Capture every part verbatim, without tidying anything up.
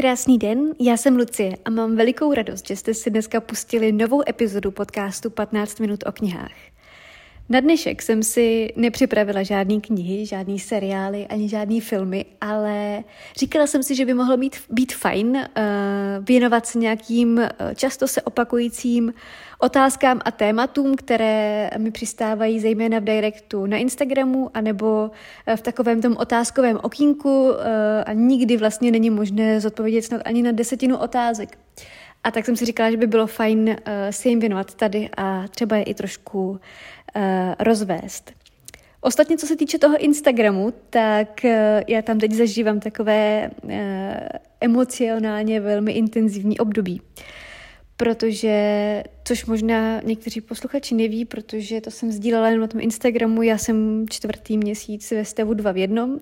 Krásný den, já jsem Lucie a mám velikou radost, že jste si dneska pustili novou epizodu podcastu patnáct minut o knihách. Na dnešek jsem si nepřipravila žádný knihy, žádný seriály ani žádný filmy, ale říkala jsem si, že by mohlo být, být fajn uh, věnovat se nějakým uh, často se opakujícím otázkám a tématům, které mi přistávají zejména v directu na Instagramu anebo v takovém tom otázkovém okýnku uh, a nikdy vlastně není možné zodpovědět snad ani na desetinu otázek. A tak jsem si říkala, že by bylo fajn uh, si jim věnovat tady a třeba je i trošku uh, rozvést. Ostatně, co se týče toho Instagramu, tak uh, já tam teď zažívám takové uh, emocionálně velmi intenzivní období. Protože, což možná někteří posluchači neví, protože to jsem sdílela jenom na tom Instagramu, já jsem čtvrtý měsíc ve stavu dva v jednom.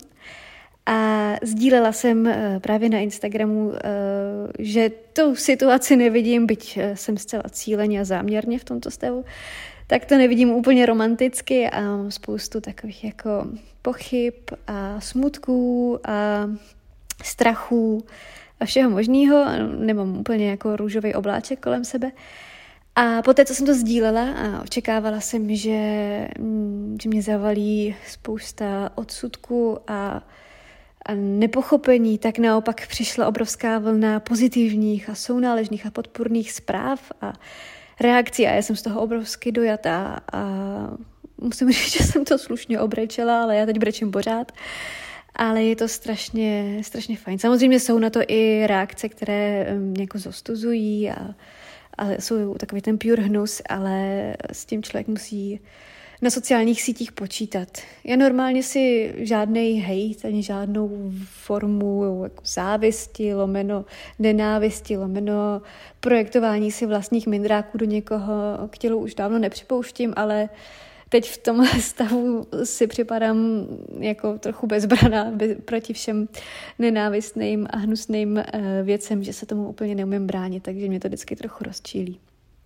A sdílela jsem právě na Instagramu, že tu situaci nevidím, byť jsem zcela cíleně a záměrně v tomto stavu, tak to nevidím úplně romanticky a mám spoustu takových jako pochyb a smutků a strachů a všeho možného. Nemám úplně jako růžový obláček kolem sebe. A poté, co jsem to sdílela a očekávala jsem, že, že mě zavalí spousta odsudků a a nepochopení, tak naopak přišla obrovská vlna pozitivních a sounáležných a podpůrných zpráv a reakcí a já jsem z toho obrovsky dojatá a musím říct, že jsem to slušně obrečela, ale já teď brečím pořád, ale je to strašně, strašně fajn. Samozřejmě jsou na to i reakce, které mě jako zostuzují a, a jsou takový ten pure hnus, ale s tím člověk musí na sociálních sítích počítat. Já normálně si žádnej hejt, ani žádnou formu jako závisti, lomeno nenávisti, lomeno projektování si vlastních mindráků do někoho k tělu už dávno nepřipouštím, ale teď v tomhle stavu si připadám jako trochu bezbraná bez, proti všem nenávistným a hnusným uh, věcem, že se tomu úplně neumím bránit, takže mě to vždycky trochu rozčílí.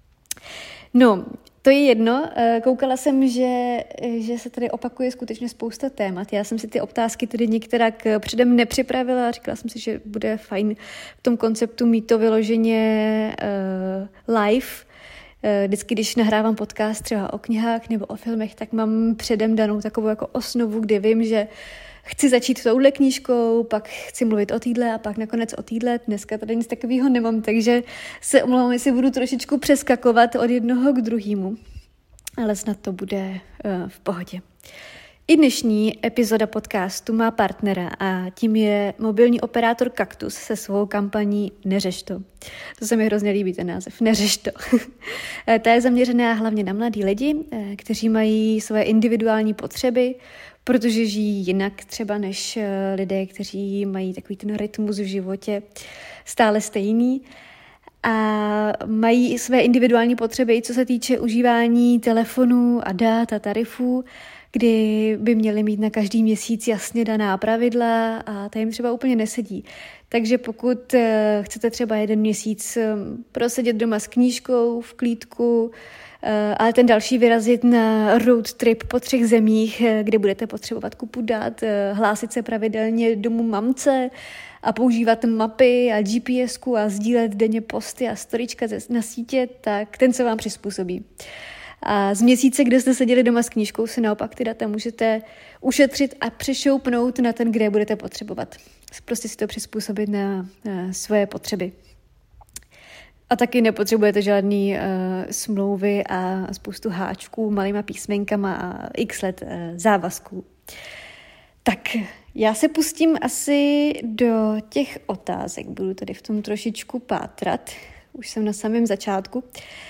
No, to je jedno. Koukala jsem, že, že se tady opakuje skutečně spousta témat. Já jsem si ty otázky tedy některak předem nepřipravila. Říkala jsem si, že bude fajn v tom konceptu mít to vyloženě uh, live. Uh, vždycky, když nahrávám podcast třeba o knihách nebo o filmech, tak mám předem danou takovou jako osnovu, kde vím, že chci začít touhle knížkou, pak chci mluvit o týdle a pak nakonec o týdle. Dneska tady nic takového nemám, takže se omlouvám, jestli budu trošičku přeskakovat od jednoho k druhému. Ale snad to bude uh, v pohodě. I dnešní epizoda podcastu má partnera a tím je mobilní operátor Kaktus se svou kampaní Neřeš to. To se mi hrozně líbí, ten název. Neřeš to. Ta je zaměřená hlavně na mladý lidi, kteří mají své individuální potřeby, protože žijí jinak třeba než lidé, kteří mají takový ten rytmus v životě stále stejný. A mají své individuální potřeby, co se týče užívání telefonů a dat a tarifů, kdy by měli mít na každý měsíc jasně daná pravidla a to jim třeba úplně nesedí. Takže pokud chcete třeba jeden měsíc prosedět doma s knížkou v klídku, ale ten další vyrazit na road trip po třech zemích, kde budete potřebovat kupu dat, hlásit se pravidelně domů mamce a používat mapy a G P S ku a sdílet denně posty a storička na sítě, tak ten se vám přizpůsobí. A z měsíce, kde jste seděli doma s knížkou, se naopak ty data můžete ušetřit a přešoupnout na ten, kde budete potřebovat. Prostě si to přizpůsobit na, na svoje potřeby. A taky nepotřebujete žádný uh, smlouvy a spoustu háčků, malýma písmenkama a x let uh, závazků. Tak já se pustím asi do těch otázek. Budu tady v tom trošičku pátrat. Už jsem na samém začátku.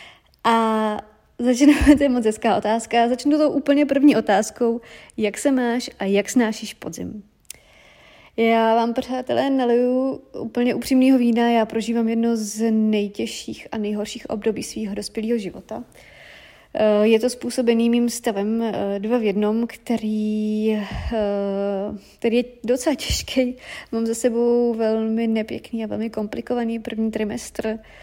A začnu, to je moc hezká otázka. Začnu to úplně první otázkou. Jak se máš a jak snášíš podzim? Já vám, přátelé, naliju úplně upřímného vína. Já prožívám jedno z nejtěžších a nejhorších období svého dospělého života. Je to způsobený mým stavem dva v jednom, který, který je docela těžký. Mám za sebou velmi nepěkný a velmi komplikovaný první trimestr.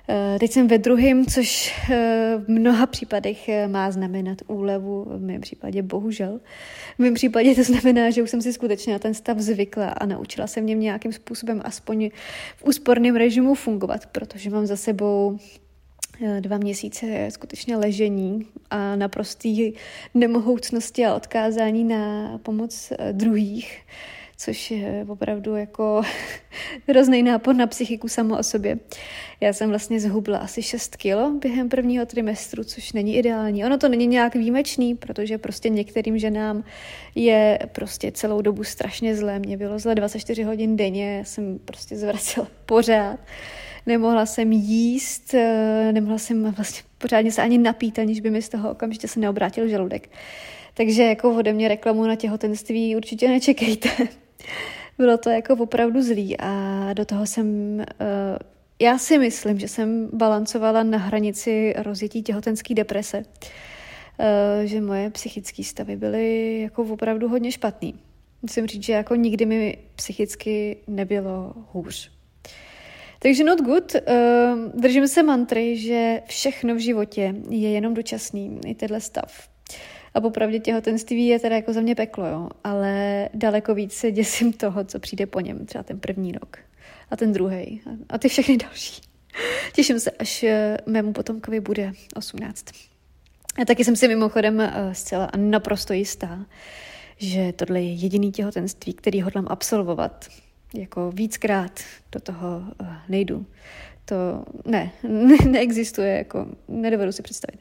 Teď jsem ve druhém, což v mnoha případech má znamenat úlevu, v mém případě bohužel. V mém případě to znamená, že už jsem si skutečně na ten stav zvykla a naučila se mě nějakým způsobem aspoň v úsporném režimu fungovat, protože mám za sebou dva měsíce skutečně ležení a naprostý nemohoucnosti a odkázání na pomoc druhých, což je opravdu jako hrozný nápor na psychiku samo o sobě. Já jsem vlastně zhubla asi šest kilo během prvního trimestru, což není ideální. Ono to není nějak výjimečný, protože prostě některým ženám je prostě celou dobu strašně zlé. Mě bylo zle dvacet čtyři hodin denně, já jsem prostě zvracela pořád. Nemohla jsem jíst, nemohla jsem vlastně pořádně se ani napít, aniž by mi z toho okamžitě se neobrátil žaludek. Takže jako ode mě reklamu na těhotenství určitě nečekejte. Bylo to jako opravdu zlý a do toho jsem, já si myslím, že jsem balancovala na hranici rozjetí těhotenské deprese, že moje psychické stavy byly jako opravdu hodně špatný. Musím říct, že jako nikdy mi psychicky nebylo hůř. Takže not good. Držím se mantry, že všechno v životě je jenom dočasný, i tenhle stav. A popravdě těhotenství je teda jako za mě peklo, jo. Ale daleko víc se děsím toho, co přijde po něm, třeba ten první rok a ten druhý a ty všechny další. Těším se, až mému potomkovi bude osmnáct. A taky jsem si mimochodem zcela a naprosto jistá, že tohle je jediný těhotenství, který hodlám absolvovat. Jako víckrát do toho nejdu. To ne, ne neexistuje, jako nedovedu si představit.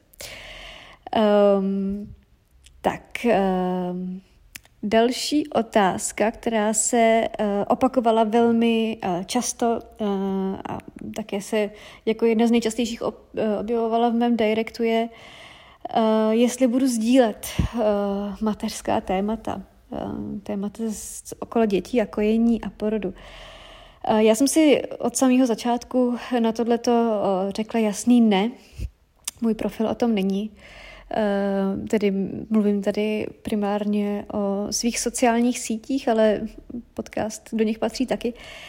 Um, tak, um, další otázka, která se uh, opakovala velmi uh, často uh, a také se jako jedna z nejčastějších ob, uh, objevovala v mém directu je, uh, jestli budu sdílet uh, mateřská témata, uh, témata z, okolo dětí a kojení a porodu. Uh, já jsem si od samého začátku na tohleto uh, řekla jasný ne. Můj profil o tom není. Uh, tedy mluvím tady primárně o svých sociálních sítích, ale podcast do nich patří taky.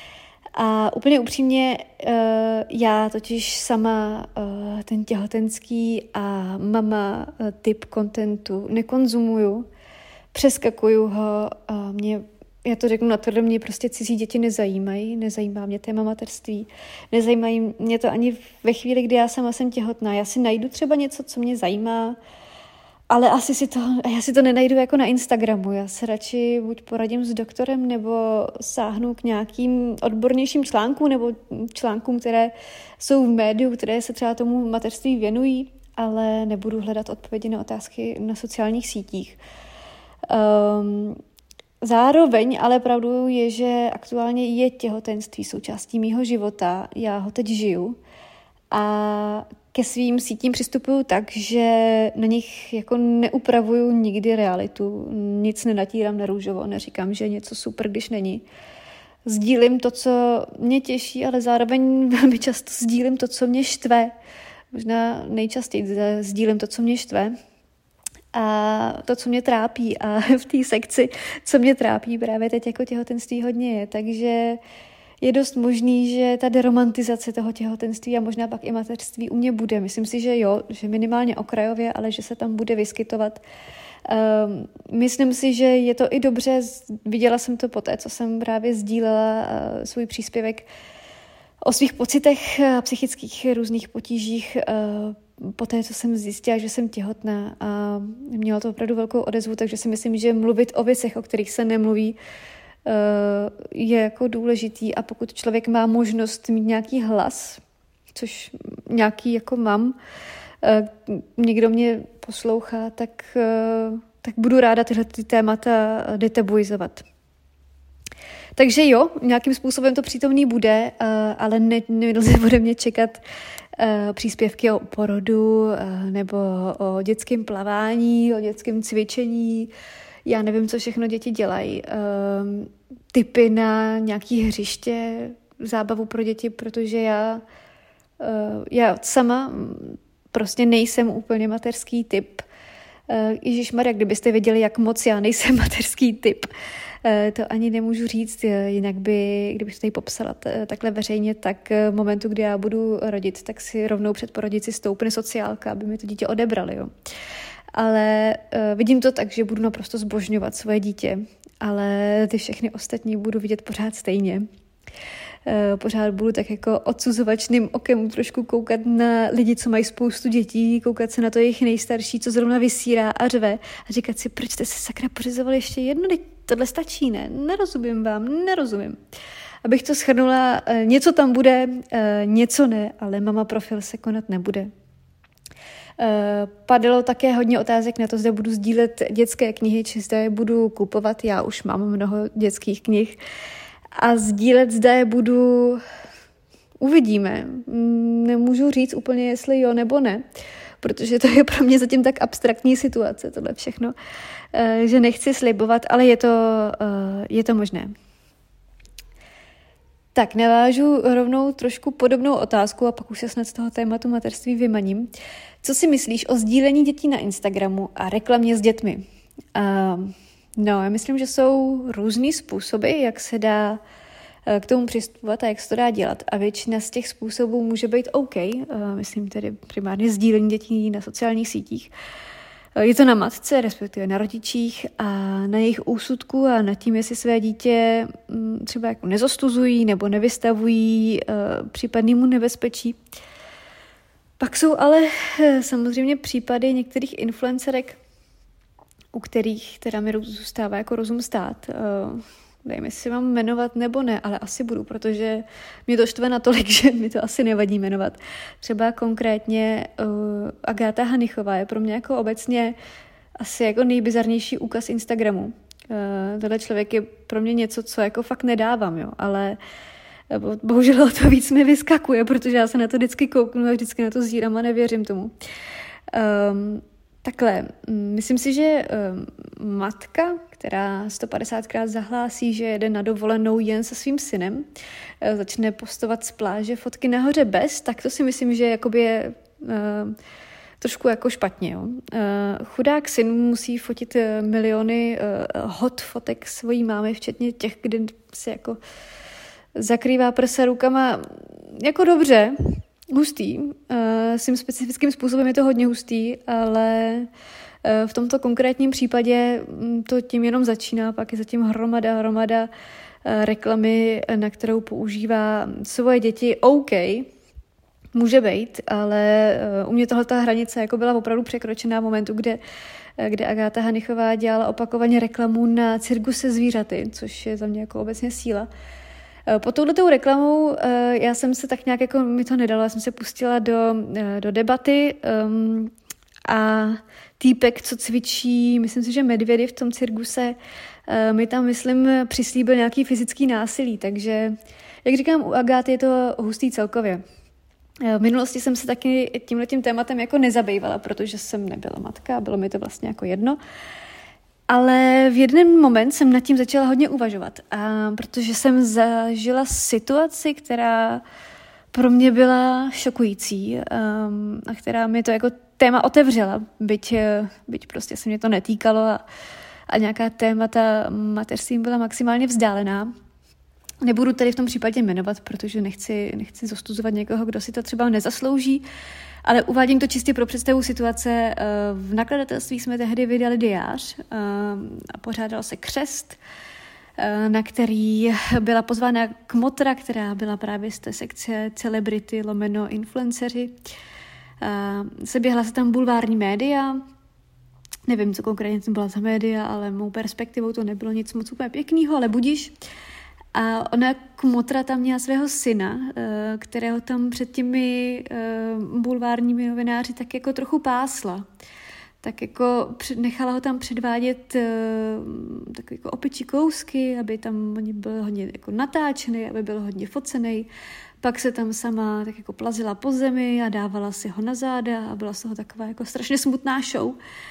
A úplně upřímně, uh, já totiž sama uh, ten těhotenský a mama uh, typ kontentu nekonzumuju, přeskakuju ho a mě, já to řeknu natvrdo, mě prostě cizí děti nezajímají, nezajímá mě téma mateřství, nezajímají mě to ani ve chvíli, kdy já sama jsem těhotná. Já si najdu třeba něco, co mě zajímá, ale asi si to, já si to nenajdu jako na Instagramu. Já se radši buď poradím s doktorem, nebo sáhnu k nějakým odbornějším článkům, nebo článkům, které jsou v médiu, které se třeba tomu mateřství věnují, ale nebudu hledat odpovědi na otázky na sociálních sítích. Um, Zároveň ale pravdou je, že aktuálně je těhotenství součástí mýho života, já ho teď žiju a ke svým sítím přistupuju tak, že na nich jako neupravuju nikdy realitu, nic nenatírám na růžovo, neříkám, že je něco super, když není. Sdílím to, co mě těší, ale zároveň velmi často sdílím to, co mě štve. Možná nejčastěji sdílím to, co mě štve. A to, co mě trápí a v té sekci, co mě trápí právě teď jako těhotenství hodně je, takže je dost možný, že ta deromantizace toho těhotenství a možná pak i mateřství u mě bude. Myslím si, že jo, že minimálně okrajově, ale že se tam bude vyskytovat. Um, myslím si, že je to i dobře, viděla jsem to poté, co jsem právě sdílela uh, svůj příspěvek o svých pocitech a psychických různých potížích uh, poté, co jsem zjistila, že jsem těhotná a měla to opravdu velkou odezvu, takže si myslím, že mluvit o věcech, o kterých se nemluví, je jako důležitý a pokud člověk má možnost mít nějaký hlas, což nějaký jako mám, někdo mě poslouchá, tak, tak budu ráda tyhle ty témata detabuizovat. Takže jo, nějakým způsobem to přítomný bude, ale ne, nelze ode mě čekat příspěvky o porodu nebo o dětském plavání, o dětském cvičení. Já nevím, co všechno děti dělají. Tipy na nějaké hřiště, zábavu pro děti, protože já, já sama prostě nejsem úplně mateřský typ. Ježišmarja, kdybyste věděli, jak moc já nejsem mateřský typ. to ani nemůžu říct, jinak by, kdybych to tady popsala t- takhle veřejně, tak v momentu, kdy já budu rodit, tak si rovnou před porodici stoupne sociálka, aby mi to dítě odebrali. Jo. Ale uh, vidím to tak, že budu naprosto zbožňovat svoje dítě, ale ty všechny ostatní budu vidět pořád stejně. Uh, pořád budu tak jako odsuzovačným okem trošku koukat na lidi, co mají spoustu dětí, koukat se na to jejich nejstarší, co zrovna vysírá a řve a říkat si, proč jste si sakra pořizovali ještě jedno, teď tohle stačí, ne? Nerozumím vám, nerozumím. Abych to shrnula, uh, něco tam bude, uh, něco ne, ale mama profil se konat nebude. Uh, padalo také hodně otázek na to, zda budu sdílet dětské knihy, či zda je budu kupovat. Já už mám mnoho dětských knih a sdílet zda je budu, uvidíme. Nemůžu říct úplně, jestli jo nebo ne, protože to je pro mě zatím tak abstraktní situace, tohle všechno, uh, že nechci slibovat, ale je to, uh, je to možné. Tak, navážu rovnou trošku podobnou otázku a pak už se snad z toho tématu mateřství vymaním. Co si myslíš o sdílení dětí na Instagramu a reklamě s dětmi? Uh, no, já myslím, že jsou různý způsoby, jak se dá uh, k tomu přistupovat a jak se to dá dělat. A většina z těch způsobů může být OK. Uh, myslím tedy primárně sdílení dětí na sociálních sítích. Uh, je to na matce, respektive na rodičích a na jejich úsudku a nad tím, jestli své dítě um, třeba jako nezostuzují nebo nevystavují uh, případnému nebezpečí. Pak jsou ale samozřejmě případy některých influencerek, u kterých teda mi zůstává jako rozum stát. Dejme si mám jmenovat nebo ne, ale asi budu, protože mě to štve natolik, že mi to asi nevadí jmenovat. Třeba konkrétně uh, Agáta Hanichová je pro mě jako obecně asi jako nejbizarnější úkaz Instagramu. Uh, tenhle člověk je pro mě něco, co jako fakt nedávám, jo, ale bohužel to víc mi vyskakuje, protože já se na to vždycky kouknu a vždycky na to zírám a nevěřím tomu. Um, takhle, myslím si, že um, matka, která sto padesátkrát zahlásí, že jede na dovolenou jen se svým synem, uh, začne postovat z pláže fotky nahoře bez, tak to si myslím, že jakoby je uh, trošku jako špatně. Jo. Uh, chudák syn musí fotit uh, miliony uh, hot fotek svojí mámy, včetně těch, kde se jako zakrývá prsa rukama, jako dobře, hustý. Uh, svým specifickým způsobem je to hodně hustý, ale uh, v tomto konkrétním případě to tím jenom začíná, pak je zatím hromada, hromada uh, reklamy, na kterou používá svoje děti. OK, může být, ale uh, u mě tohleta hranice jako byla opravdu překročená v momentu, kde, kde Agáta Hanichová dělala opakovaně reklamu na cirkus se zvířaty, což je za mě jako obecně síla. Po touhletou reklamou já jsem se tak nějak, jako mi to nedalo, já jsem se pustila do, do debaty um, a týpek, co cvičí, myslím si, že medvědy v tom cirkuse, uh, mi tam, myslím, přislíbil nějaký fyzický násilí, takže, jak říkám, u Agáty je to hustý celkově. V minulosti jsem se taky tímhletím tématem jako nezabývala, protože jsem nebyla matka a bylo mi to vlastně jako jedno. Ale v jeden moment jsem nad tím začala hodně uvažovat, a protože jsem zažila situaci, která pro mě byla šokující um, a která mi to jako téma otevřela, byť, byť prostě se mě to netýkalo a, a nějaká témata mateřství byla maximálně vzdálená. Nebudu tady v tom případě jmenovat, protože nechci, nechci zostuzovat někoho, kdo si to třeba nezaslouží, ale uvádím to čistě pro představu situace. V nakladatelství jsme tehdy vydali diář a pořádal se křest, na který byla pozvána kmotra, která byla právě z té sekce celebrity lomeno influenceři. Seběhla se tam bulvární média, nevím, co konkrétně to byla za média, ale mou perspektivou to nebylo nic moc úplně pěknýho, ale budiš. A ona kmotra tam měla svého syna, kterého tam před těmi bulvárními novináři tak jako trochu pásla. Tak jako nechala ho tam předvádět takové jako opičí kousky, aby tam byl hodně jako natáčený, aby byl hodně focený. Pak se tam sama tak jako plazila po zemi a dávala si ho na záda a byla z toho taková jako strašně smutná show.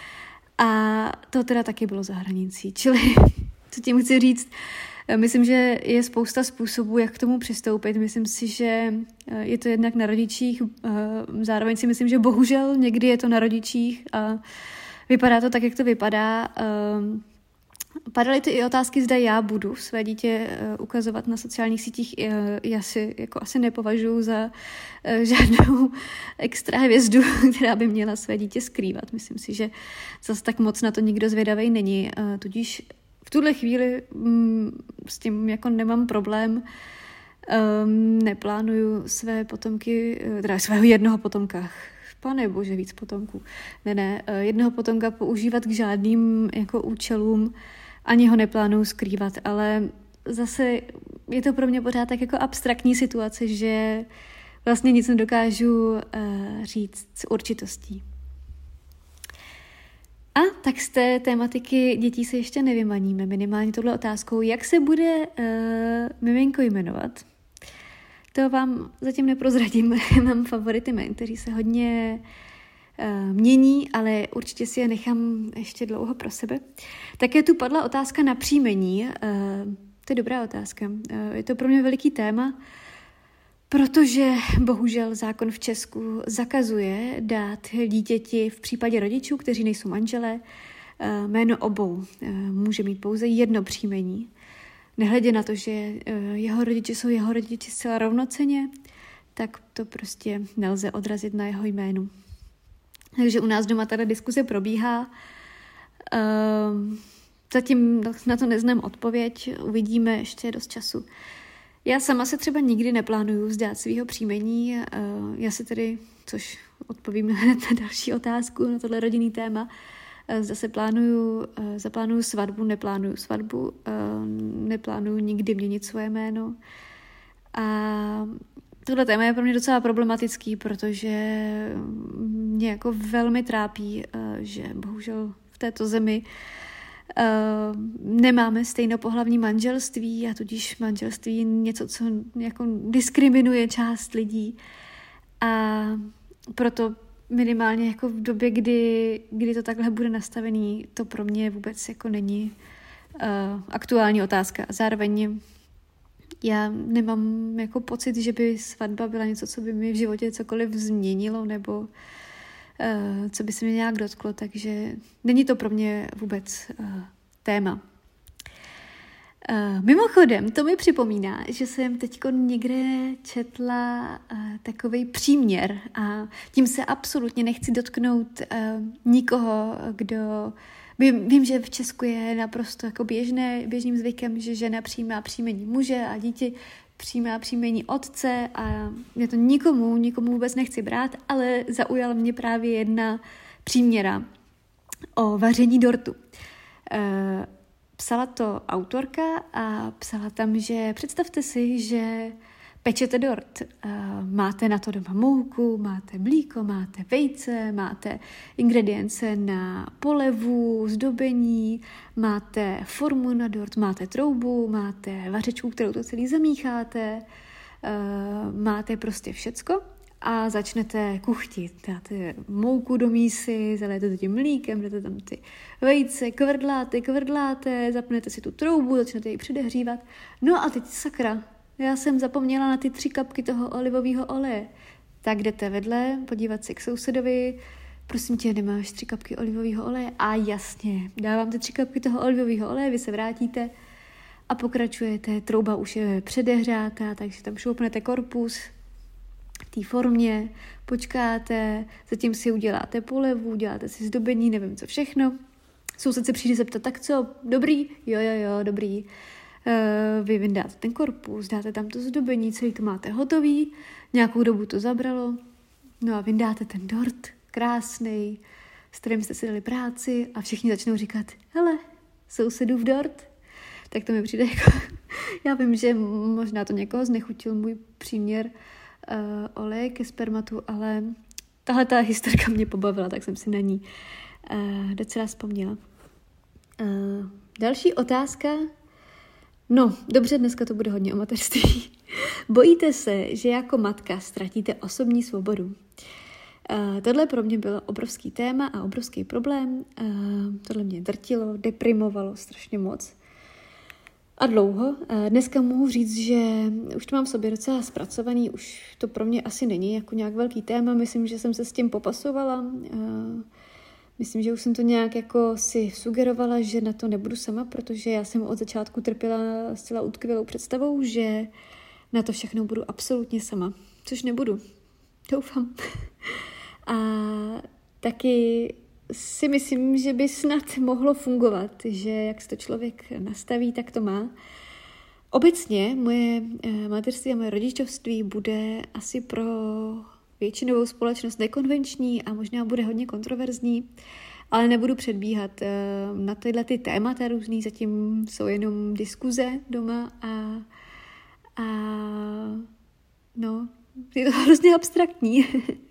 A to teda taky bylo za hranicí. Čili, co tím chci říct, myslím, že je spousta způsobů, jak k tomu přistoupit. Myslím si, že je to jednak na rodičích, zároveň si myslím, že bohužel někdy je to na rodičích a vypadá to tak, jak to vypadá. Padaly tu i otázky, zda já budu své dítě uh, ukazovat na sociálních sítích. Uh, já si jako asi nepovažuji za uh, žádnou extra hvězdu, která by měla své dítě skrývat. Myslím si, že zase tak moc na to nikdo zvědavej není. Uh, tudíž v tuhle chvíli um, s tím jako nemám problém. Um, neplánuju své potomky, teda svého jednoho potomka, pane bože, víc potomků, ne, ne, jednoho potomka používat k žádným jako účelům, ani ho neplánuju skrývat, ale zase je to pro mě pořád tak jako abstraktní situace, že vlastně nic nedokážu uh, říct s určitostí. A tak z té tématiky dětí se ještě nevymaníme, minimálně touhle otázkou, jak se bude uh, miminko jmenovat. To vám zatím neprozradím, mám favority jmen, kteří se hodně uh, mění, ale určitě si je nechám ještě dlouho pro sebe. Také tu padla otázka na příjmení, uh, to je dobrá otázka, uh, je to pro mě veliký téma, protože bohužel zákon v Česku zakazuje dát dítěti v případě rodičů, kteří nejsou manželé, uh, jméno obou. Uh, může mít pouze jedno příjmení. Nehledě na to, že jeho rodiče jsou jeho rodiči zcela rovnocenně, tak to prostě nelze odrazit na jeho jménu. Takže u nás doma tady diskuze probíhá. Zatím na to neznám odpověď, uvidíme ještě dost času. Já sama se třeba nikdy neplánuju vzdát svého příjmení. Já si tedy, což odpovím hned na další otázku, na tohle rodinný téma, zase plánuju, zaplánuju svatbu, neplánuju svatbu, neplánuju nikdy měnit svoje jméno. A tohle téma je pro mě docela problematický, protože mě jako velmi trápí, že bohužel v této zemi nemáme stejnopohlavní manželství a tudíž manželství je něco, co jako diskriminuje část lidí. A proto minimálně jako v době, kdy, kdy to takhle bude nastavený, to pro mě vůbec jako není uh, aktuální otázka. Zároveň já nemám jako pocit, že by svatba byla něco, co by mi v životě cokoliv změnilo nebo uh, co by se mě nějak dotklo, takže není to pro mě vůbec uh, téma. Uh, mimochodem, to mi připomíná, že jsem teďko někde četla uh, takovej příměr a tím se absolutně nechci dotknout uh, nikoho, kdo... Vím, vím, že v Česku je naprosto jako běžné, běžným zvykem, že žena přijímá příjmení muže a dítě přijímá příjmení otce a já to nikomu, nikomu vůbec nechci brát, ale zaujala mě právě jedna příměra o vaření dortu. Uh, Psala to autorka a psala tam, že představte si, že pečete dort. Máte na to doma mouku, máte mlíko, máte vejce, máte ingredience na polevu, zdobení, máte formu na dort, máte troubu, máte vařečku, kterou to celý zamícháte, máte prostě všecko. A začnete kuchtit. Dáte mouku do mísy, zalijete to tím mlíkem, dáte tam ty vejce, kvrdláte, kvrdláte, zapnete si tu troubu, začnete ji předehřívat. No a teď sakra, já jsem zapomněla na ty tři kapky toho olivového oleje. Tak jdete vedle, podívat se k sousedovi, prosím tě, nemáš tři kapky olivového oleje? A jasně, dávám ty tři kapky toho olivového oleje, vy se vrátíte a pokračujete, trouba už je předehřátá, takže tam šoupnete korpus, v té formě, počkáte, zatím si uděláte polevu, uděláte si zdobení, nevím co všechno. Soused se přijde zeptat, tak co, dobrý? Jo, jo, jo, dobrý. Uh, vy vyndáte ten korpus, dáte tam to zdobení, celý to máte hotový, nějakou dobu to zabralo, no a vyndáte ten dort, krásnej, s kterým jste si dali práci a všichni začnou říkat, hele, sousedův dort. Tak to mi přijde jako, já vím, že možná to někoho znechutil můj příměr, Uh, olej ke spermatu, ale tahle ta historka mě pobavila, tak jsem si na ní uh, docela vzpomněla. Uh, další otázka. No, dobře, dneska to bude hodně o mateřství. Bojíte se, že jako matka ztratíte osobní svobodu? Uh, tohle pro mě bylo obrovský téma a obrovský problém. Uh, tohle mě drtilo, deprimovalo strašně moc. A dlouho. Dneska mohu říct, že už to mám v sobě docela zpracovaný, už to pro mě asi není jako nějak velký téma, myslím, že jsem se s tím popasovala. Myslím, že už jsem to nějak jako si sugerovala, že na to nebudu sama, protože já jsem od začátku trpěla zcela utkvělou představou, že na to všechno budu absolutně sama, což nebudu. Doufám. A taky si myslím, že by snad mohlo fungovat, že jak se to člověk nastaví, tak to má. Obecně moje mateřství a moje rodičovství bude asi pro většinovou společnost nekonvenční a možná bude hodně kontroverzní, ale nebudu předbíhat. Na tyhle ty témata různý zatím jsou jenom diskuze doma a, a no, je to hrozně abstraktní.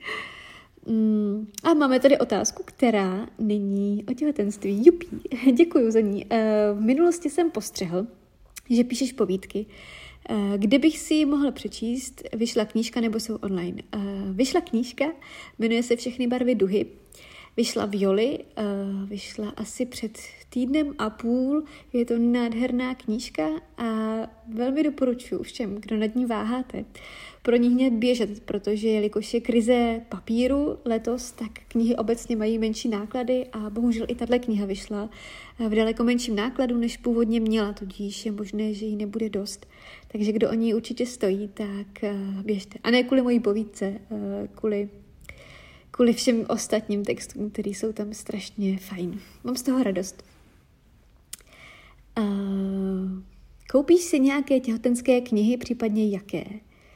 A máme tady otázku, která není o těhotenství. Jupí, děkuju za ní. V minulosti jsem postřehl, že píšeš povídky. Kde bych si ji mohla přečíst? Vyšla knížka nebo jsou online? Vyšla knížka, jmenuje se Všechny barvy duhy. Vyšla v Joli, vyšla asi před týdnem a půl. Je to nádherná knížka a velmi doporučuji všem, kdo nad ní váháte, pro ní hned běžet, protože jelikož je krize papíru letos, tak knihy obecně mají menší náklady a bohužel i tato kniha vyšla v daleko menším nákladu, než původně měla, tudíž je možné, že jí nebude dost. Takže kdo o ní určitě stojí, tak běžte. A ne kvůli mojí povídce, kvůli, kvůli všem ostatním textům, které jsou tam strašně fajn. Mám z toho radost. Koupíš si nějaké těhotenské knihy, případně jaké?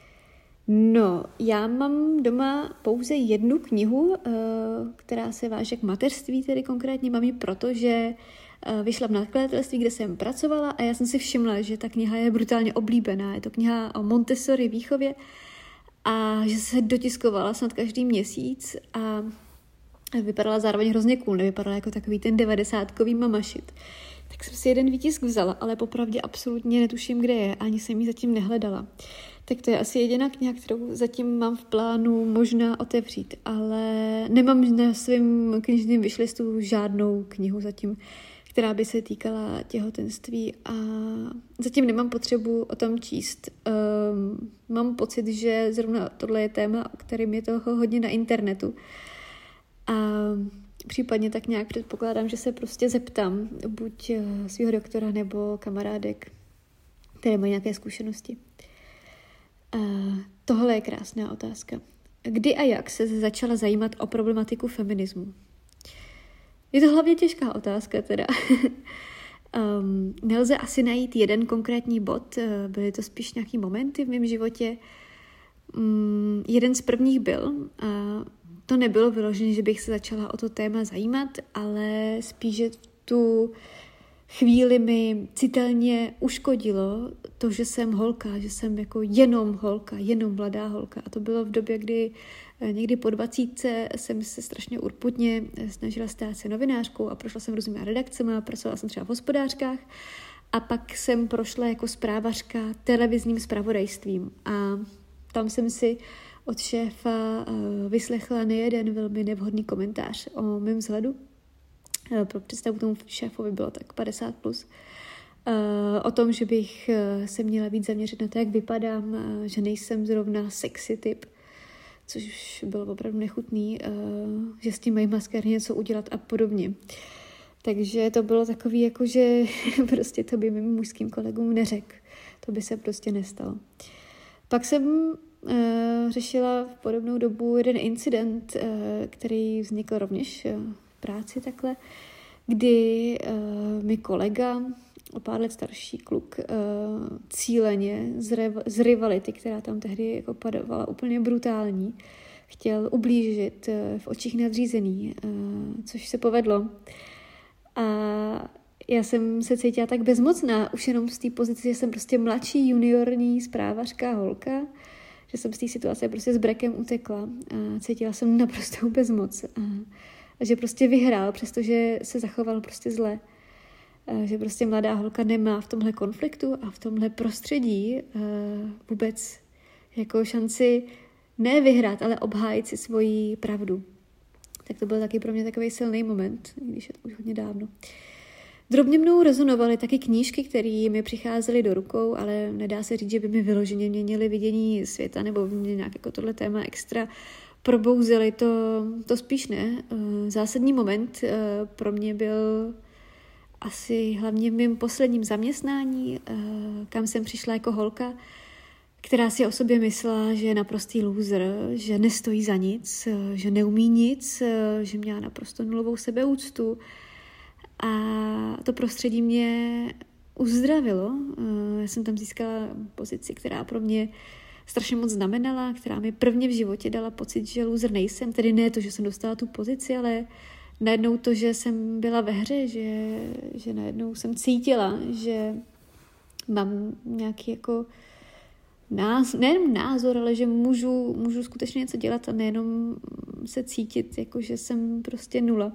No, já mám doma pouze jednu knihu, která se váže k mateřství, tedy konkrétně mám ji proto, že vyšla v nakladatelství, kde jsem pracovala a já jsem si všimla, že ta kniha je brutálně oblíbená. Je to kniha o Montessori výchově a že se dotiskovala snad každý měsíc a vypadala zároveň hrozně cool, nevypadala jako takový ten devadesátkový mamašit. Tak jsem si jeden výtisk vzala, ale popravdě absolutně netuším, kde je, ani jsem ji zatím nehledala. Tak to je asi jediná kniha, kterou zatím mám v plánu možná otevřít, ale nemám na svém knižním wishlistu žádnou knihu zatím, která by se týkala těhotenství a zatím nemám potřebu o tom číst. Um, mám pocit, že zrovna tohle je téma, o kterém je toho hodně na internetu. A případně tak nějak předpokládám, že se prostě zeptám buď svého doktora nebo kamarádek, které mají nějaké zkušenosti. Uh, tohle je krásná otázka. Kdy a jak se začala zajímat o problematiku feminismu? Je to hlavně těžká otázka teda. um, nelze asi najít jeden konkrétní bod, byly to spíš nějaký momenty v mém životě. Um, jeden z prvních byl, a to nebylo vyložené, že bych se začala o to téma zajímat, ale spíš, že tu chvíli mi citelně uškodilo to, že jsem holka, že jsem jako jenom holka, jenom mladá holka. A to bylo v době, kdy někdy po dvacítce jsem se strašně urputně snažila stát se novinářkou a prošla jsem různými redakcemi a pracovala jsem třeba v hospodářkách. A pak jsem prošla jako zprávařka televizním zpravodajstvím. A tam jsem si od šéfa vyslechla nejeden velmi nevhodný komentář o mém vzhledu. Pro představu tomu šéfovi bylo tak padesát plus. O tom, že bych se měla víc zaměřit na to, jak vypadám, že nejsem zrovna sexy typ, což bylo opravdu nechutný, že s tím mají maskéry něco udělat a podobně. Takže to bylo takový, jako že prostě to by mým mužským kolegům neřekl. To by se prostě nestalo. Pak jsem řešila v podobnou dobu jeden incident, který vznikl rovněž v práci takhle, kdy uh, mi kolega, o pár let starší kluk, uh, cíleně z, rev- z rivality, která tam tehdy jako padovala úplně brutální, chtěl ublížit uh, v očích nadřízený, uh, což se povedlo. A já jsem se cítila tak bezmocná, už jenom z té pozice, že jsem prostě mladší juniorní zprávařka holka, že jsem z té situace prostě s brekem utekla a cítila jsem naprostou bezmoc. A A že prostě vyhrál, přestože se zachoval prostě zle. A že prostě mladá holka nemá v tomhle konfliktu a v tomhle prostředí vůbec jako šanci ne vyhrát, ale obhájit si svoji pravdu. Tak to byl taky pro mě takový silný moment, když je to už hodně dávno. Drobně mnou rezonovaly taky knížky, které mi přicházely do rukou, ale nedá se říct, že by mi vyloženě měnily vidění světa nebo mě nějak jako tohle téma extra probouzely, to, to spíš ne. Zásadní moment pro mě byl asi hlavně v mém posledním zaměstnání, kam jsem přišla jako holka, která si o sobě myslela, že je naprostý loser, že nestojí za nic, že neumí nic, že měla naprosto nulovou sebeúctu. A to prostředí mě uzdravilo. Já jsem tam získala pozici, která pro mě strašně moc znamenala, která mi prvně v životě dala pocit, že loser nejsem. Tedy ne to, že jsem dostala tu pozici, ale najednou to, že jsem byla ve hře, že, že najednou jsem cítila, že mám nějaký jako náz, nejenom názor, ale že můžu, můžu skutečně něco dělat a nejenom se cítit, jako že jsem prostě nula.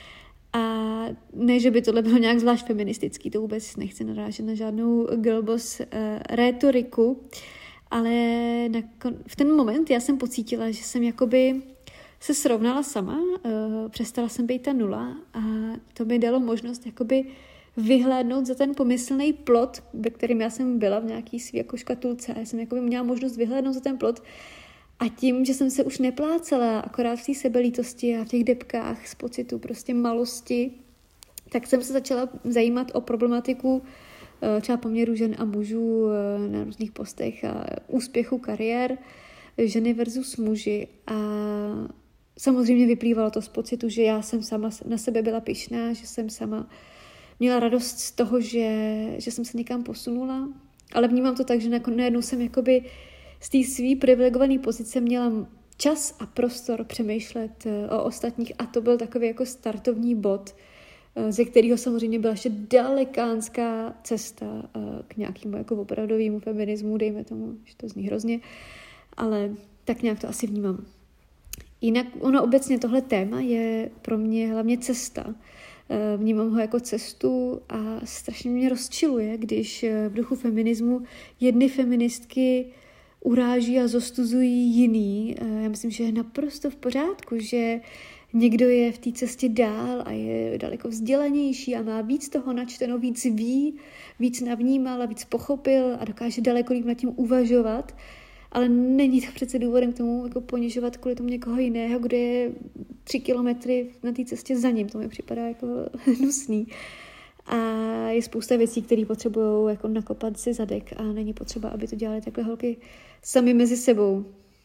A ne, že by tohle bylo nějak zvlášť feministický, to vůbec nechci narážet na žádnou girlboss uh, rétoriku, ale na, v ten moment já jsem pocítila, že jsem jakoby se srovnala sama, uh, přestala jsem být ta nula a to mi dalo možnost jakoby vyhlédnout za ten pomyslný plot, ve kterém já jsem byla v nějaký svý jako škatulce a já jsem jakoby měla možnost vyhlédnout za ten plot a tím, že jsem se už neplácela akorát v té sebelítosti a v těch debkách z pocitu prostě malosti, tak jsem se začala zajímat o problematiku třeba poměru žen a mužů na různých postech a úspěchu kariér, ženy versus muži. A samozřejmě vyplývalo to z pocitu, že já jsem sama na sebe byla pyšná, že jsem sama měla radost z toho, že, že jsem se někam posunula, ale vnímám to tak, že najednou jsem jakoby z té svý privilegované pozice měla čas a prostor přemýšlet o ostatních a to byl takový jako startovní bod, ze kterého samozřejmě byla ještě dalekánská cesta k nějakému jako opravdovému feminismu, dejme tomu, že to zní hrozně, ale tak nějak to asi vnímám. Jinak ono obecně tohle téma je pro mě hlavně cesta. Vnímám ho jako cestu a strašně mě rozčiluje, když v duchu feminismu jedny feministky uráží a zostuzují jiný. Já myslím, že je naprosto v pořádku, že někdo je v té cestě dál a je daleko vzdělanější a má víc toho načteno, víc ví, víc navnímal a víc pochopil a dokáže daleko líp nad tím uvažovat, ale není to přece důvodem k tomu jako ponižovat kvůli tomu někoho jiného, kdo je tři kilometry na té cestě za ním. To mi připadá jako hnusný. A je spousta věcí, které potřebují jako nakopat si zadek a není potřeba, aby to dělali takhle holky sami mezi sebou.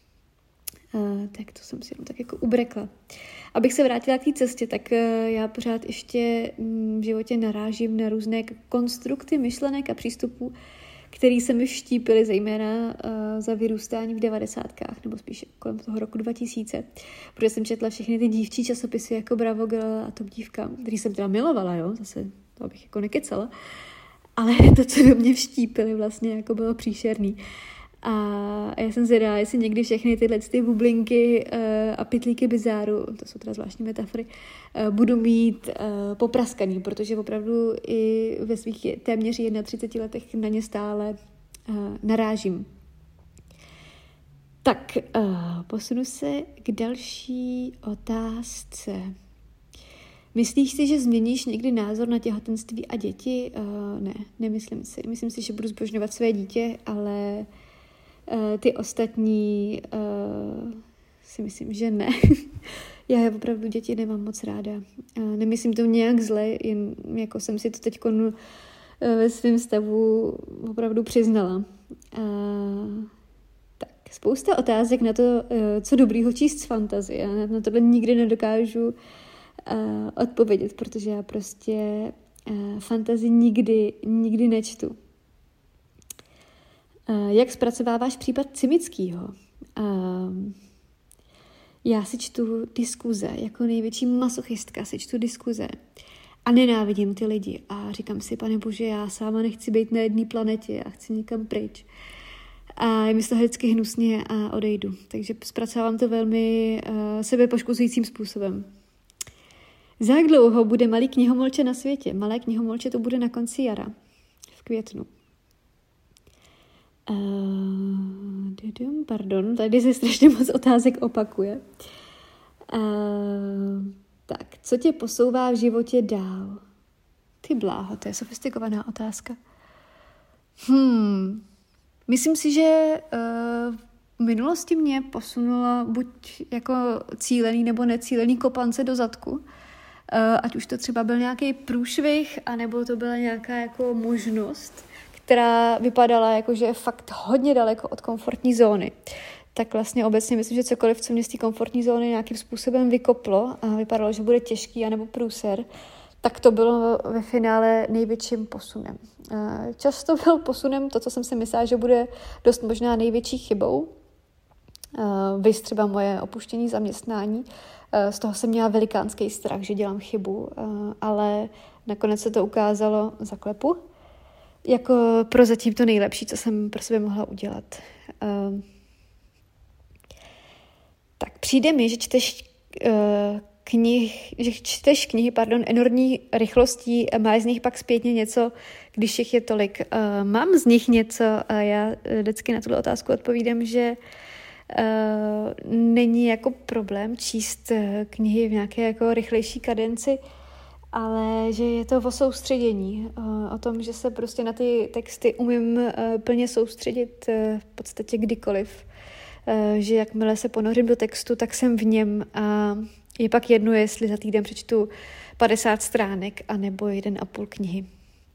Uh, tak to jsem si jenom tak jako ubrekla. Abych se vrátila k té cestě, tak uh, já pořád ještě mm, v životě narážím na různé konstrukty myšlenek a přístupů, který se mi vštípily zejména uh, za vyrůstání v devadesátkách, nebo spíš kolem toho roku dva tisíce, protože jsem četla všechny ty dívčí časopisy jako Bravo Girl a Top dívka, který jsem teda milovala, jo, zase to bych jako nekecala, ale to, co do mě vštípily vlastně, jako bylo příšerný. A já jsem zvědala, jestli někdy všechny tyhle ty bublinky uh, a pytlíky bizáru, to jsou teda zvláštní metafory, uh, budu mít uh, popraskaný, protože opravdu i ve svých téměř třiceti jedna letech na ně stále uh, narážím. Tak, uh, posunu se k další otázce. Myslíš si, že změníš někdy názor na těhotenství a děti? Uh, ne, nemyslím si. Myslím si, že budu zbožňovat své dítě, ale Uh, ty ostatní uh, si myslím, že ne. Já opravdu děti nemám moc ráda. Uh, nemyslím to nějak zle, jen jako jsem si to teď uh, ve svém stavu opravdu přiznala. Uh, tak, spousta otázek na to, uh, co dobrýho číst z fantazie. Já na tohle nikdy nedokážu uh, odpovědět, protože já prostě uh, fantazii nikdy, nikdy nečtu. Jak zpracováváš případ Cimickýho? Já si čtu diskuze, jako největší masochistka si čtu diskuze a nenávidím ty lidi a říkám si, Pane Bože, já sama nechci být na jedné planetě, já chci někam pryč. A je mi to vždycky hnusně a odejdu. Takže zpracovávám to velmi uh, sebepoškozujícím způsobem. Za jak dlouho bude malý knihomolče na světě? Malé knihomolče to bude na konci jara, v květnu. Uh, pardon, tady se strašně moc otázek opakuje. Uh, tak, co tě posouvá v životě dál? Ty bláho, to je sofistikovaná otázka. Hmm, myslím si, že uh, v minulosti mě posunulo buď jako cílený nebo necílený kopance do zadku, ať už to třeba byl nějaký průšvih, anebo to byla nějaká jako možnost, která vypadala jako, že je fakt hodně daleko od komfortní zóny. Tak vlastně obecně myslím, že cokoliv, co mě z té komfortní zóny nějakým způsobem vykoplo a vypadalo, že bude těžký anebo průser, tak to bylo ve finále největším posunem. Často byl posunem to, co jsem si myslela, že bude dost možná největší chybou. Viz třeba moje opuštění zaměstnání. Z toho jsem měla velikánský strach, že dělám chybu, ale nakonec se to ukázalo za klepu jako prozatím to nejlepší, co jsem pro sebe mohla udělat. Tak přijde mi, že čteš knih, že čteš knihy, pardon, enormní rychlostí, máš z nich pak zpětně něco, když jich je tolik. Mám z nich něco a já vždycky na tuto otázku odpovídám, že Uh, není jako problém číst knihy v nějaké jako rychlejší kadenci, ale že je to o soustředění, uh, o tom, že se prostě na ty texty umím uh, plně soustředit uh, v podstatě kdykoliv. Uh, že jakmile se ponořím do textu, tak jsem v něm a je pak jedno, jestli za týden přečtu padesát stránek anebo jeden a půl knihy.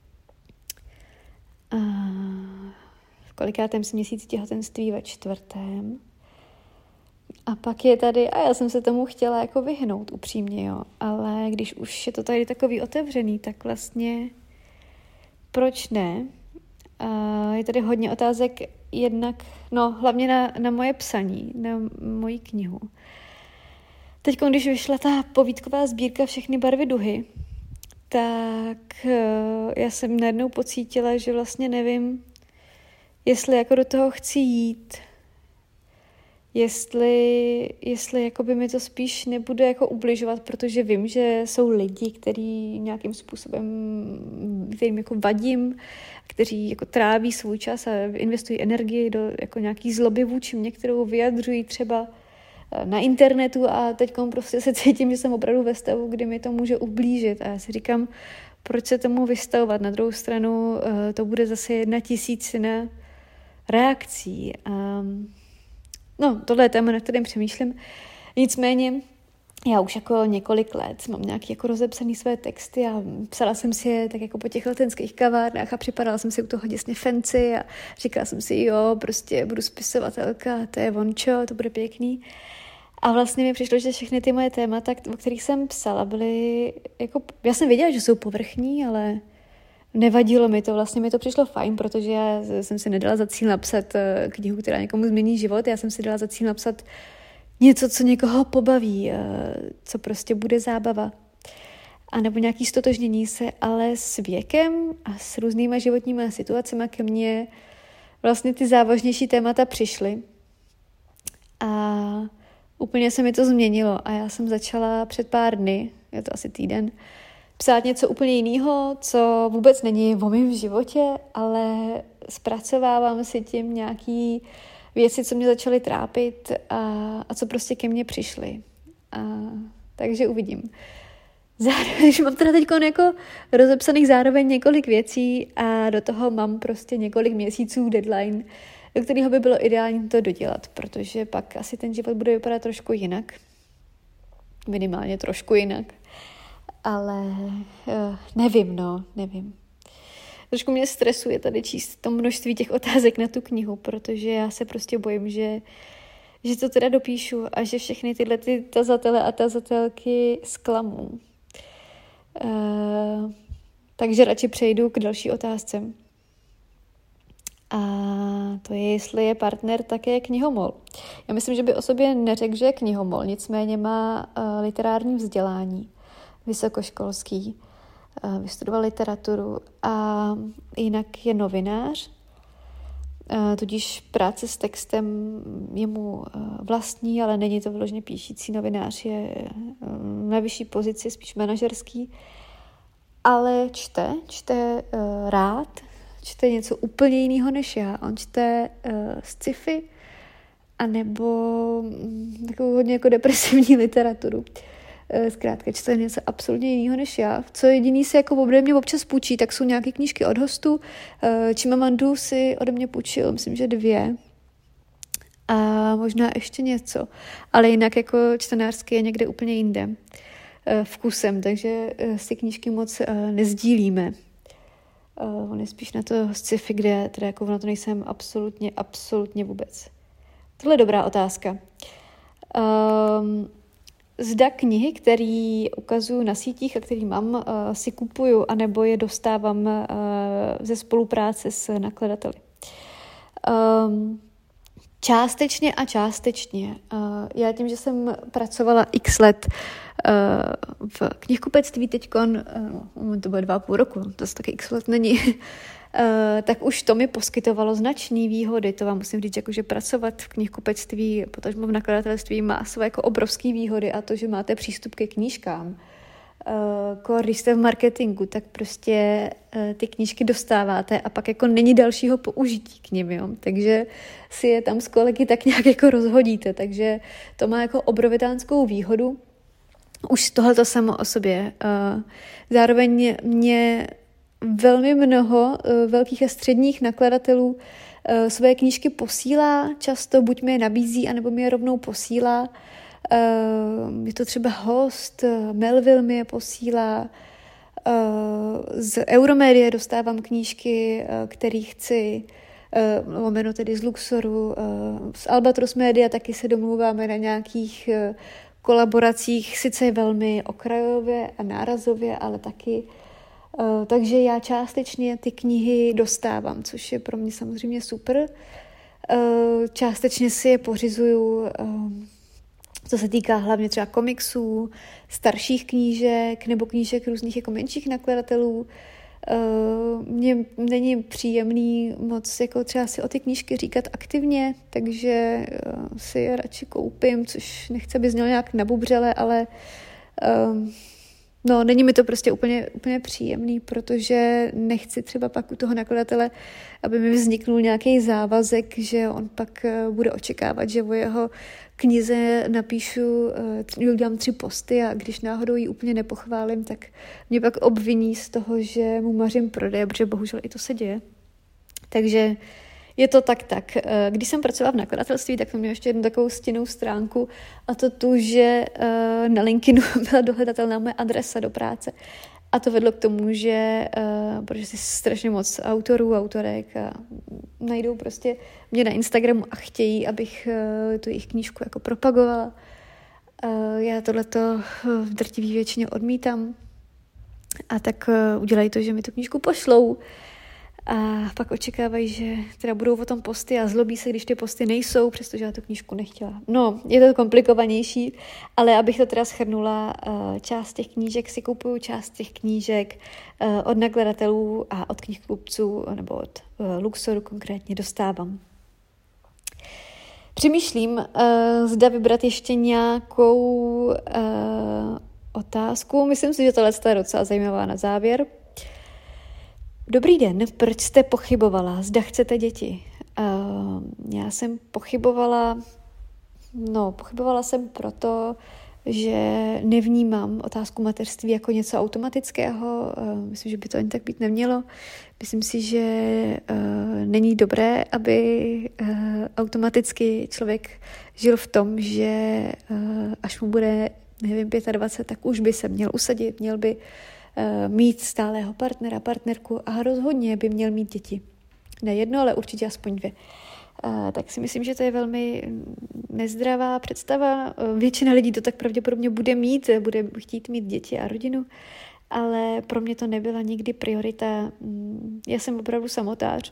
Uh, v kolikátém jsem měsíc těhotenství? Ve čtvrtém. A pak je tady, a já jsem se tomu chtěla jako vyhnout upřímně, jo, ale když už je to tady takový otevřený, tak vlastně proč ne? A je tady hodně otázek jednak, no hlavně na, na moje psaní, na moji knihu. Teď, když vyšla ta povídková sbírka Všechny barvy duhy, tak já jsem najednou pocítila, že vlastně nevím, jestli jako do toho chci jít, jestli, jestli jakoby mi to spíš nebude jako ubližovat, protože vím, že jsou lidi, kteří nějakým způsobem, kterým jako vadím, kteří jako tráví svůj čas a investují energii do jako nějaký zloby vůči mě, kterou vyjadřují třeba na internetu a teď prostě se cítím, že jsem opravdu ve stavu, kdy mi to může ublížit a já si říkám, proč se tomu vystavovat. Na druhou stranu to bude zase jedna tisícina reakcí. No, tohle je téma, na kterém přemýšlím. Nicméně já už jako několik let mám nějaký jako rozepsaný své texty a psala jsem si je tak jako po těch letenských kavárnách a připadala jsem si u toho děsně fancy a říkala jsem si, jo, prostě budu spisovatelka, to je vončo, to bude pěkný. A vlastně mi přišlo, že všechny ty moje témata, o kterých jsem psala, byly jako, já jsem věděla, že jsou povrchní, ale nevadilo mi to, vlastně mi to přišlo fajn, protože já jsem si nedala za cíl napsat knihu, která někomu změní život, já jsem si dala za cíl napsat něco, co někoho pobaví, co prostě bude zábava. A nebo nějaký stotožnění se, ale s věkem a s různýma životníma situacemi ke mně vlastně ty závažnější témata přišly. A úplně se mi to změnilo a já jsem začala před pár dny, je to asi týden, psát něco úplně jiného, co vůbec není o mém životě, ale zpracovávám si tím nějaký věci, co mě začaly trápit a, a co prostě ke mně přišly. A, takže uvidím. Zároveň, mám teda teď jako rozepsaných zároveň několik věcí a do toho mám prostě několik měsíců deadline, do kterého by bylo ideální to dodělat, protože pak asi ten život bude vypadat trošku jinak. Minimálně trošku jinak. Ale uh, nevím, no, nevím. Trošku mě stresuje tady číst to množství těch otázek na tu knihu, protože já se prostě bojím, že, že to teda dopíšu a že všechny tyhle ty tazatele a tazatelky zklamu. Uh, takže radši přejdu k další otázce. A to je, jestli je partner také knihomol. Já myslím, že by o sobě neřekl, že je knihomol, nicméně má uh, literární vzdělání, vysokoškolský, uh, vystudoval literaturu a jinak je novinář, uh, tudíž práce s textem je mu uh, vlastní, ale není to vyloženě píšící novinář, je uh, na vyšší pozici, spíš manažerský, ale čte, čte uh, rád, čte něco úplně jiného než já. On čte uh, sci-fi anebo um, takovou hodně jako depresivní literaturu. Uh, zkrátka čte něco absolutně jiného než já. Co jediný si jako ode mě občas půjčí, tak jsou nějaké knížky od hostů. Uh, Chimamandu si ode mě půjčil, myslím, že dvě. a možná ještě něco. Ale jinak jako čtenářsky je někde úplně jinde vkusem, takže si knížky moc nezdílíme. On je spíš na to sci-fi, kde teda jako na to nejsem absolutně, absolutně vůbec. Tohle je dobrá otázka. Um, zda knihy, které ukazuju na sítích a které mám, uh, si kupuju, anebo je dostávám uh, ze spolupráce s nakladateli. Um, částečně a částečně. Uh, já tím, že jsem pracovala x let uh, v knihkupectví teďkon, uh, to bude dva a půl roku, to se taky x let není, uh, tak už to mi poskytovalo značné výhody. To vám musím říct, jako, že pracovat v knihkupectví, potažmo v nakladatelství má své jako obrovské výhody a to, že máte přístup ke knížkám. Uh, když jste v marketingu, tak prostě uh, ty knížky dostáváte a pak jako není dalšího použití k nim, jo? Takže si je tam s kolegy tak nějak jako rozhodíte, takže to má jako obrovitánskou výhodu. Už tohleto samo o sobě. Uh, zároveň mě velmi mnoho uh, velkých a středních nakladatelů uh, své knížky posílá, často buď mi je nabízí, anebo mi je rovnou posílá. Uh, je to třeba Host, Melville mi je posílá, uh, z Euromédie dostávám knížky, uh, které chci, uh, lomeno tedy z Luxoru, uh, z Albatros Media taky se domluváme na nějakých uh, kolaboracích, sice velmi okrajově a nárazově, ale taky. Uh, takže já částečně ty knihy dostávám, což je pro mě samozřejmě super. Uh, částečně si je pořizuju, uh, co se týká hlavně třeba komiksů, starších knížek nebo knížek různých jako menších nakladatelů. Mně není příjemný moc jako třeba si o ty knížky říkat aktivně, takže si je radši koupím, což nechci, aby znělo nějak nabubřele, ale no, není mi to prostě úplně, úplně příjemný, protože nechci třeba pak u toho nakladatele, aby mi vzniknul nějaký závazek, že on pak bude očekávat, že o jeho knize napíšu, udělám tři posty a když náhodou ji úplně nepochválím, tak mě pak obviní z toho, že mu mařím prodej, protože bohužel i to se děje. Takže je to tak tak. Když jsem pracovala v nakladatelství, tak jsem měla ještě jednu takovou stinnou stránku a to tu, že na LinkedInu byla dohledatelná moje adresa do práce. A to vedlo k tomu, že protože si strašně moc autorů, autorek a najdou prostě mě na Instagramu a chtějí, abych tu jejich knížku jako propagovala. Já tohleto v drtivé většině odmítám. A tak udělají to, že mi tu knížku pošlou. A pak očekávají, že teda budou o tom posty a zlobí se, když ty posty nejsou, přestože já tu knížku nechtěla. No, je to komplikovanější, ale abych to teda shrnula, část těch knížek si kupuju, část těch knížek od nakladatelů a od knihkupců nebo od Luxoru konkrétně dostávám. Přemýšlím, zda vybrat ještě nějakou otázku. Myslím si, že tohle je docela zajímavá na závěr. Dobrý den, proč jste pochybovala? Zda chcete děti? Uh, já jsem pochybovala, no pochybovala jsem proto, že nevnímám otázku mateřství jako něco automatického. Uh, myslím, že by to ani tak být nemělo. Myslím si, že uh, není dobré, aby uh, automaticky člověk žil v tom, že uh, až mu bude, nevím, dvacet pět, tak už by se měl usadit, měl by mít stálého partnera, partnerku a rozhodně by měl mít děti. Ne jedno, ale určitě aspoň dvě. Tak si myslím, že to je velmi nezdravá představa. Většina lidí to tak pravděpodobně bude mít, bude chtít mít děti a rodinu, ale pro mě to nebyla nikdy priorita. Já jsem opravdu samotář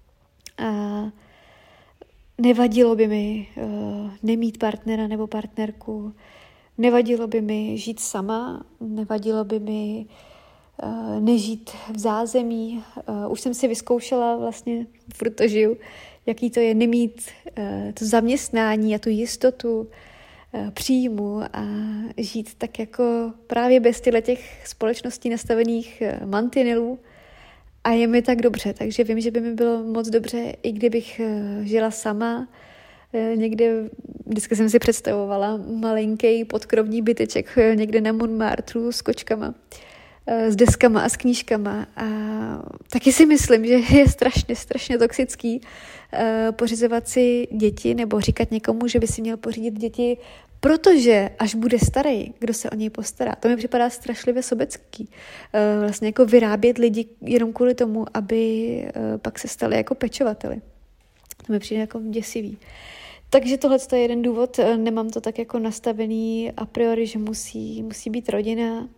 a nevadilo by mi nemít partnera nebo partnerku, nevadilo by mi žít sama, nevadilo by mi uh, nežít v zázemí. Uh, už jsem si vyzkoušela vlastně, furt to žiju, jaký to je nemít uh, to zaměstnání a tu jistotu uh, příjmu a žít tak jako právě bez těch společností nastavených uh, mantinelů. A je mi tak dobře, takže vím, že by mi bylo moc dobře, i kdybych uh, žila sama. Někde, vždycky jsem si představovala malinký podkrovní byteček někde na Montmartru s kočkama. s deskama a s knížkama. A taky si myslím, že je strašně, strašně toxický pořizovat si děti nebo říkat někomu, že by si měl pořídit děti, protože až bude starý, kdo se o něj postará. To mi připadá strašlivě sobecký. Vlastně jako vyrábět lidi jenom kvůli tomu, aby pak se stali jako pečovateli. To mi přijde jako děsivý. Takže tohle je jeden důvod, nemám to tak jako nastavený a priori, že musí, musí být rodina.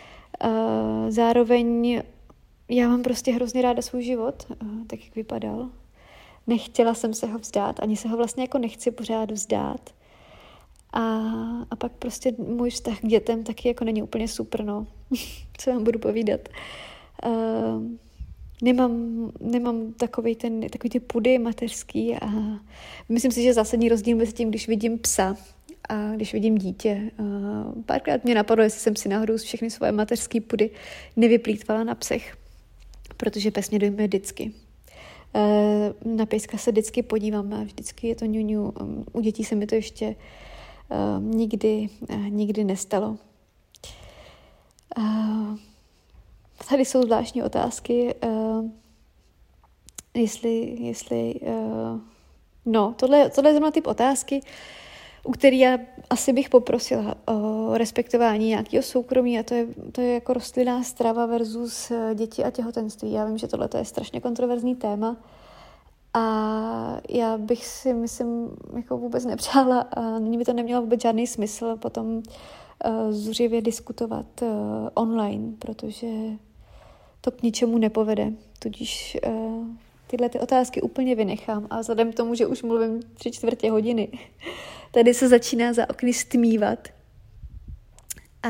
Zároveň já mám prostě hrozně ráda svůj život, tak jak vypadal. Nechtěla jsem se ho vzdát, ani se ho vlastně jako nechci pořád vzdát. A, a pak prostě můj vztah k dětem taky jako není úplně super, no. Co vám budu povídat. Uh, nemám, nemám takovej ten, takový ty pudy mateřský a myslím si, že zásadní rozdíl mezi tím, když vidím psa a když vidím dítě. Uh, párkrát mě napadlo, jestli jsem si náhodou všechny svoje mateřský pudy nevyplýtvala na psech, protože pes mě dojme vždycky. Uh, na pejska se vždycky podívám a vždycky je to ňuňu. Um, u dětí se mi to ještě Uh, nikdy, uh, nikdy nestalo. Uh, tady jsou zvláštní otázky, uh, jestli, jestli uh, no, tohle, tohle je zrovna typ otázky, u který já asi bych poprosila o respektování nějakého soukromí a to je, to je jako rostlinná strava versus děti a těhotenství. Já vím, že tohle je strašně kontroverzní téma, a já bych si, myslím, jako vůbec nepřála a nyní by to nemělo vůbec žádný smysl potom uh, zuřivě diskutovat uh, online, protože to k ničemu nepovede. Tudíž uh, tyhle ty otázky úplně vynechám a vzhledem k tomu, že už mluvím tři čtvrtě hodiny, tady se začíná za okny stmívat a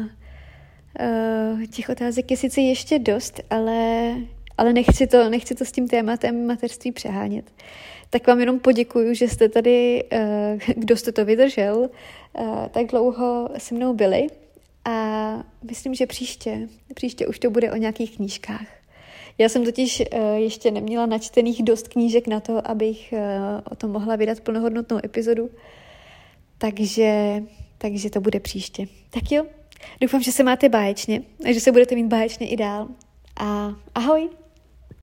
uh, těch otázek je sice ještě dost, ale... ale nechci to, nechci to s tím tématem mateřství přehánět. Tak vám jenom poděkuju, že jste tady, kdo jste to vydržel, tak dlouho se mnou byli a myslím, že příště, příště už to bude o nějakých knížkách. Já jsem totiž ještě neměla načtených dost knížek na to, abych o tom mohla vydat plnohodnotnou epizodu, takže, takže to bude příště. Tak jo, doufám, že se máte báječně a že se budete mít báječně i dál. A ahoj!